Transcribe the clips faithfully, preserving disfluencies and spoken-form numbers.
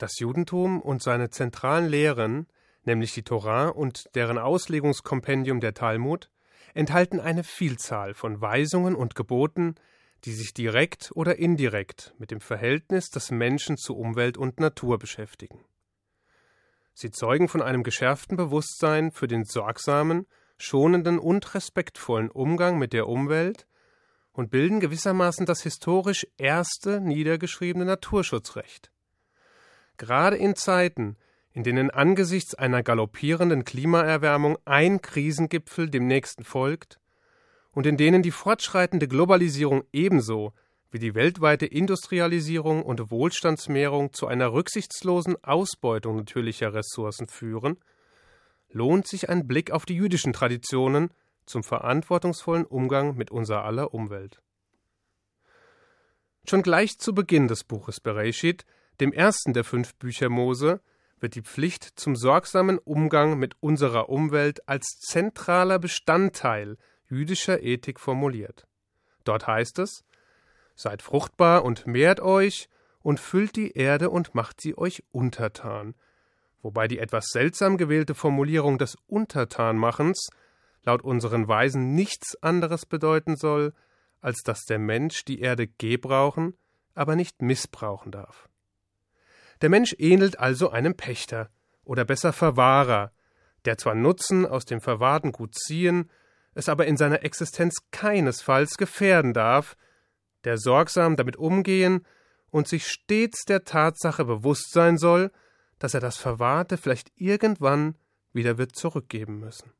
Das Judentum und seine zentralen Lehren, nämlich die Tora und deren Auslegungskompendium der Talmud, enthalten eine Vielzahl von Weisungen und Geboten, die sich direkt oder indirekt mit dem Verhältnis des Menschen zu Umwelt und Natur beschäftigen. Sie zeugen von einem geschärften Bewusstsein für den sorgsamen, schonenden und respektvollen Umgang mit der Umwelt und bilden gewissermaßen das historisch erste niedergeschriebene Naturschutzrecht. Gerade in Zeiten, in denen angesichts einer galoppierenden Klimaerwärmung ein Krisengipfel dem nächsten folgt und in denen die fortschreitende Globalisierung ebenso wie die weltweite Industrialisierung und Wohlstandsmehrung zu einer rücksichtslosen Ausbeutung natürlicher Ressourcen führen, lohnt sich ein Blick auf die jüdischen Traditionen zum verantwortungsvollen Umgang mit unser aller Umwelt. Schon gleich zu Beginn des Buches Bereishit, dem ersten der fünf Bücher Mose, wird die Pflicht zum sorgsamen Umgang mit unserer Umwelt als zentraler Bestandteil jüdischer Ethik formuliert. Dort heißt es: Seid fruchtbar und mehrt euch und füllt die Erde und macht sie euch untertan, wobei die etwas seltsam gewählte Formulierung des Untertanmachens laut unseren Weisen nichts anderes bedeuten soll, als dass der Mensch die Erde gebrauchen, aber nicht missbrauchen darf. Der Mensch ähnelt also einem Pächter oder besser Verwahrer, der zwar Nutzen aus dem verwahrten Gut ziehen, es aber in seiner Existenz keinesfalls gefährden darf, der sorgsam damit umgehen und sich stets der Tatsache bewusst sein soll, dass er das Verwahrte vielleicht irgendwann wieder wird zurückgeben müssen.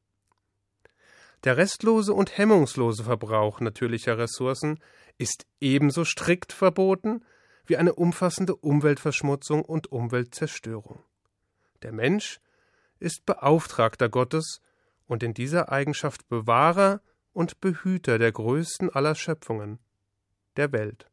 Der restlose und hemmungslose Verbrauch natürlicher Ressourcen ist ebenso strikt verboten wie eine umfassende Umweltverschmutzung und Umweltzerstörung. Der Mensch ist Beauftragter Gottes und in dieser Eigenschaft Bewahrer und Behüter der größten aller Schöpfungen, der Welt.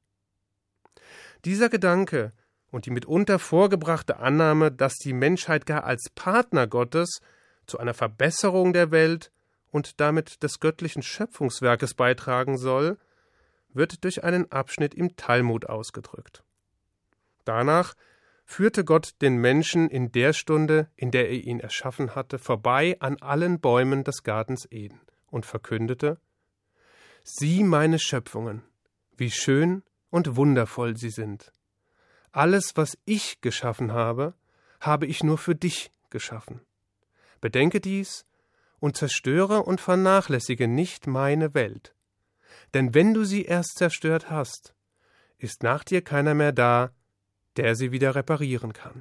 Dieser Gedanke und die mitunter vorgebrachte Annahme, dass die Menschheit gar als Partner Gottes zu einer Verbesserung der Welt und damit des göttlichen Schöpfungswerkes beitragen soll, wird durch einen Abschnitt im Talmud ausgedrückt. Danach führte Gott den Menschen in der Stunde, in der er ihn erschaffen hatte, vorbei an allen Bäumen des Gartens Eden und verkündete: Sieh meine Schöpfungen, wie schön und wundervoll sie sind. Alles, was ich geschaffen habe, habe ich nur für dich geschaffen. Bedenke dies und zerstöre und vernachlässige nicht meine Welt. Denn wenn du sie erst zerstört hast, ist nach dir keiner mehr da, der sie wieder reparieren kann.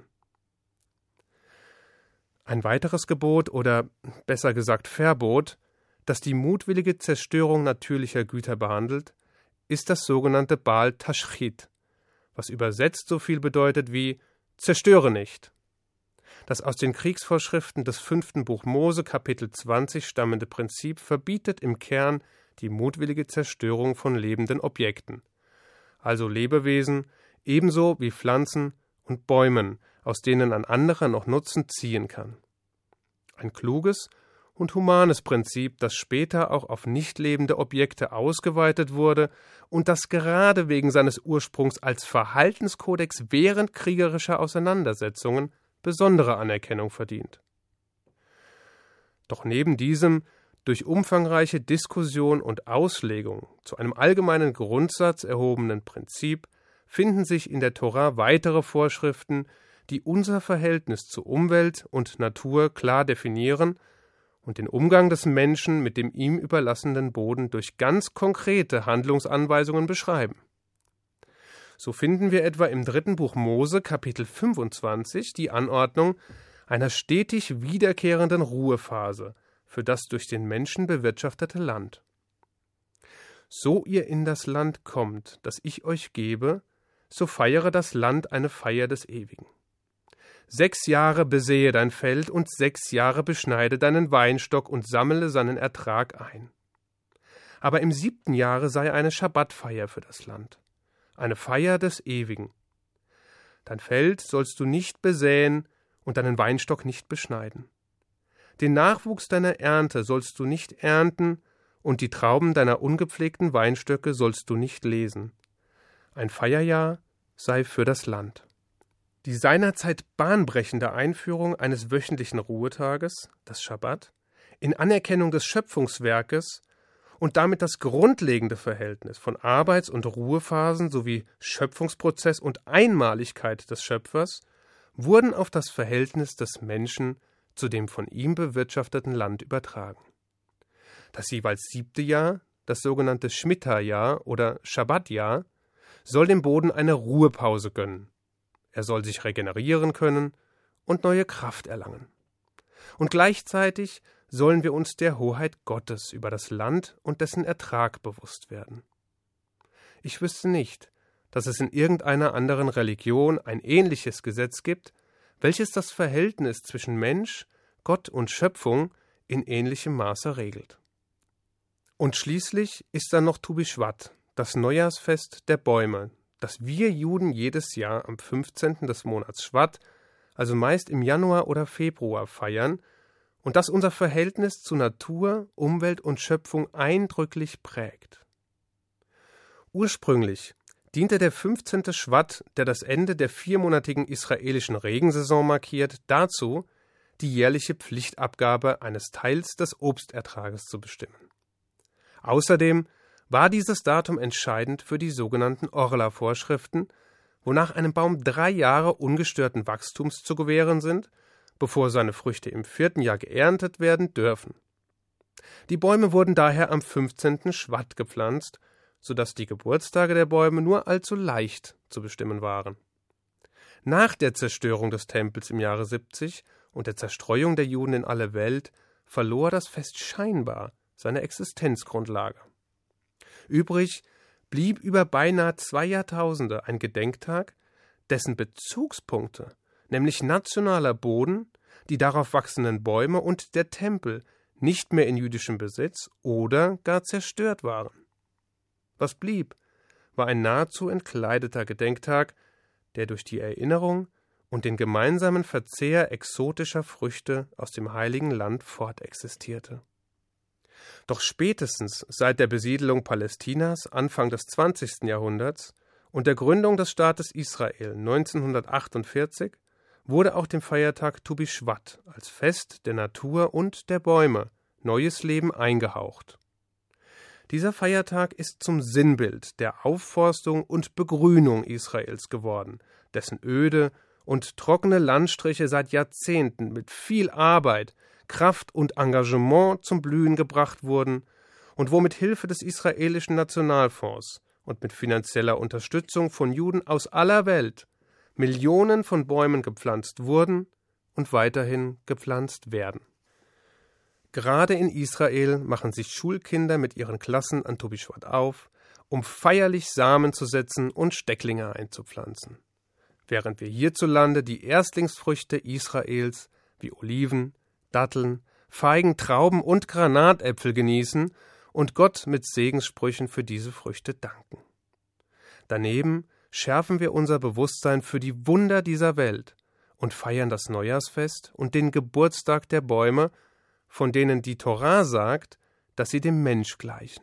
Ein weiteres Gebot oder besser gesagt Verbot, das die mutwillige Zerstörung natürlicher Güter behandelt, ist das sogenannte Baal Tashchit, was übersetzt so viel bedeutet wie zerstöre nicht. Das aus den Kriegsvorschriften des fünften Buch Mose, Kapitel zwanzig, stammende Prinzip verbietet im Kern die mutwillige Zerstörung von lebenden Objekten, also Lebewesen, ebenso wie Pflanzen und Bäumen, aus denen ein anderer noch Nutzen ziehen kann. Ein kluges und humanes Prinzip, das später auch auf nicht lebende Objekte ausgeweitet wurde und das gerade wegen seines Ursprungs als Verhaltenskodex während kriegerischer Auseinandersetzungen besondere Anerkennung verdient. Doch neben diesem durch umfangreiche Diskussion und Auslegung zu einem allgemeinen Grundsatz erhobenen Prinzip finden sich in der Tora weitere Vorschriften, die unser Verhältnis zu Umwelt und Natur klar definieren und den Umgang des Menschen mit dem ihm überlassenen Boden durch ganz konkrete Handlungsanweisungen beschreiben. So finden wir etwa im dritten Buch Mose, Kapitel fünfundzwanzig, die Anordnung einer stetig wiederkehrenden Ruhephase für das durch den Menschen bewirtschaftete Land. So ihr in das Land kommt, das ich euch gebe, so feiere das Land eine Feier des Ewigen. Sechs Jahre besähe dein Feld und sechs Jahre beschneide deinen Weinstock und sammle seinen Ertrag ein. Aber im siebten Jahre sei eine Schabbatfeier für das Land, eine Feier des Ewigen. Dein Feld sollst du nicht besäen und deinen Weinstock nicht beschneiden. Den Nachwuchs deiner Ernte sollst du nicht ernten und die Trauben deiner ungepflegten Weinstöcke sollst du nicht lesen. Ein Feierjahr sei für das Land. Die seinerzeit bahnbrechende Einführung eines wöchentlichen Ruhetages, das Schabbat, in Anerkennung des Schöpfungswerkes und damit das grundlegende Verhältnis von Arbeits- und Ruhephasen sowie Schöpfungsprozess und Einmaligkeit des Schöpfers wurden auf das Verhältnis des Menschen zu dem von ihm bewirtschafteten Land übertragen. Das jeweils siebte Jahr, das sogenannte Schmitta-Jahr oder Schabbatjahr, soll dem Boden eine Ruhepause gönnen. Er soll sich regenerieren können und neue Kraft erlangen. Und gleichzeitig sollen wir uns der Hoheit Gottes über das Land und dessen Ertrag bewusst werden. Ich wüsste nicht, dass es in irgendeiner anderen Religion ein ähnliches Gesetz gibt, welches das Verhältnis zwischen Mensch, Gott und Schöpfung in ähnlichem Maße regelt. Und schließlich ist dann noch Tu Bishvat, das Neujahrsfest der Bäume, das wir Juden jedes Jahr am fünfzehnten des Monats Schvat, also meist im Januar oder Februar, feiern und das unser Verhältnis zu Natur, Umwelt und Schöpfung eindrücklich prägt. Ursprünglich diente der fünfzehnte Schvat, der das Ende der viermonatigen israelischen Regensaison markiert, dazu, die jährliche Pflichtabgabe eines Teils des Obstertrages zu bestimmen. Außerdem war dieses Datum entscheidend für die sogenannten Orla-Vorschriften, wonach einem Baum drei Jahre ungestörten Wachstums zu gewähren sind, bevor seine Früchte im vierten Jahr geerntet werden dürfen. Die Bäume wurden daher am fünfzehnten Schvat gepflanzt, sodass die Geburtstage der Bäume nur allzu leicht zu bestimmen waren. Nach der Zerstörung des Tempels im Jahre siebzig und der Zerstreuung der Juden in alle Welt verlor das Fest scheinbar seine Existenzgrundlage. Übrig blieb über beinahe zwei Jahrtausende ein Gedenktag, dessen Bezugspunkte, nämlich nationaler Boden, die darauf wachsenden Bäume und der Tempel, nicht mehr in jüdischem Besitz oder gar zerstört waren. Was blieb, war ein nahezu entkleideter Gedenktag, der durch die Erinnerung und den gemeinsamen Verzehr exotischer Früchte aus dem Heiligen Land fortexistierte. Doch spätestens seit der Besiedelung Palästinas Anfang des zwanzigsten Jahrhunderts und der Gründung des Staates Israel neunzehnhundertachtundvierzig wurde auch dem Feiertag Tu Bishvat als Fest der Natur und der Bäume neues Leben eingehaucht. Dieser Feiertag ist zum Sinnbild der Aufforstung und Begrünung Israels geworden, dessen öde und trockene Landstriche seit Jahrzehnten mit viel Arbeit, Kraft und Engagement zum Blühen gebracht wurden und wo mit Hilfe des israelischen Nationalfonds und mit finanzieller Unterstützung von Juden aus aller Welt Millionen von Bäumen gepflanzt wurden und weiterhin gepflanzt werden. Gerade in Israel machen sich Schulkinder mit ihren Klassen an Tu Bishvat auf, um feierlich Samen zu setzen und Stecklinge einzupflanzen. Während wir hierzulande die Erstlingsfrüchte Israels wie Oliven, Datteln, Feigen, Trauben und Granatäpfel genießen und Gott mit Segenssprüchen für diese Früchte danken. Daneben schärfen wir unser Bewusstsein für die Wunder dieser Welt und feiern das Neujahrsfest und den Geburtstag der Bäume, von denen die Torah sagt, dass sie dem Mensch gleichen.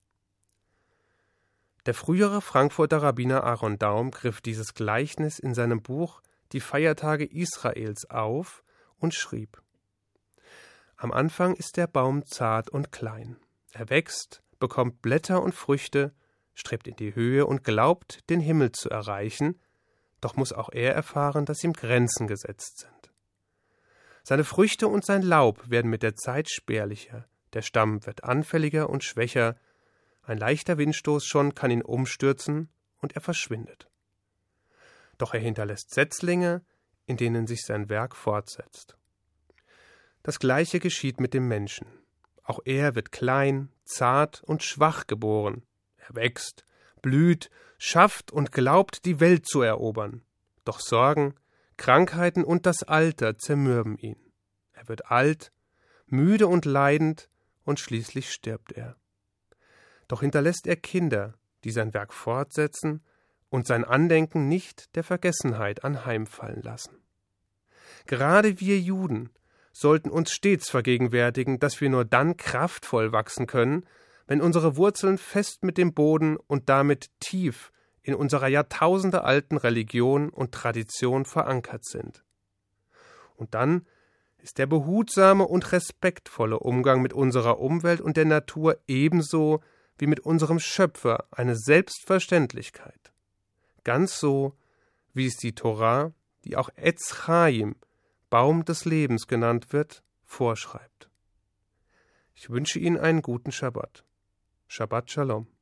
Der frühere Frankfurter Rabbiner Aaron Daum griff dieses Gleichnis in seinem Buch Die Feiertage Israels auf und schrieb: Am Anfang ist der Baum zart und klein. Er wächst, bekommt Blätter und Früchte, strebt in die Höhe und glaubt, den Himmel zu erreichen, doch muss auch er erfahren, dass ihm Grenzen gesetzt sind. Seine Früchte und sein Laub werden mit der Zeit spärlicher, der Stamm wird anfälliger und schwächer, ein leichter Windstoß schon kann ihn umstürzen und er verschwindet. Doch er hinterlässt Setzlinge, in denen sich sein Werk fortsetzt. Das Gleiche geschieht mit dem Menschen. Auch er wird klein, zart und schwach geboren. Er wächst, blüht, schafft und glaubt, die Welt zu erobern. Doch Sorgen, Krankheiten und das Alter zermürben ihn. Er wird alt, müde und leidend, und schließlich stirbt er. Doch hinterlässt er Kinder, die sein Werk fortsetzen und sein Andenken nicht der Vergessenheit anheimfallen lassen. Gerade wir Juden sollten uns stets vergegenwärtigen, dass wir nur dann kraftvoll wachsen können, wenn unsere Wurzeln fest mit dem Boden und damit tief in unserer jahrtausendealten Religion und Tradition verankert sind. Und dann ist der behutsame und respektvolle Umgang mit unserer Umwelt und der Natur ebenso wie mit unserem Schöpfer eine Selbstverständlichkeit. Ganz so, wie es die Torah, die auch Etz Chaim, Baum des Lebens genannt wird, vorschreibt. Ich wünsche Ihnen einen guten Schabbat. Shabbat Shalom.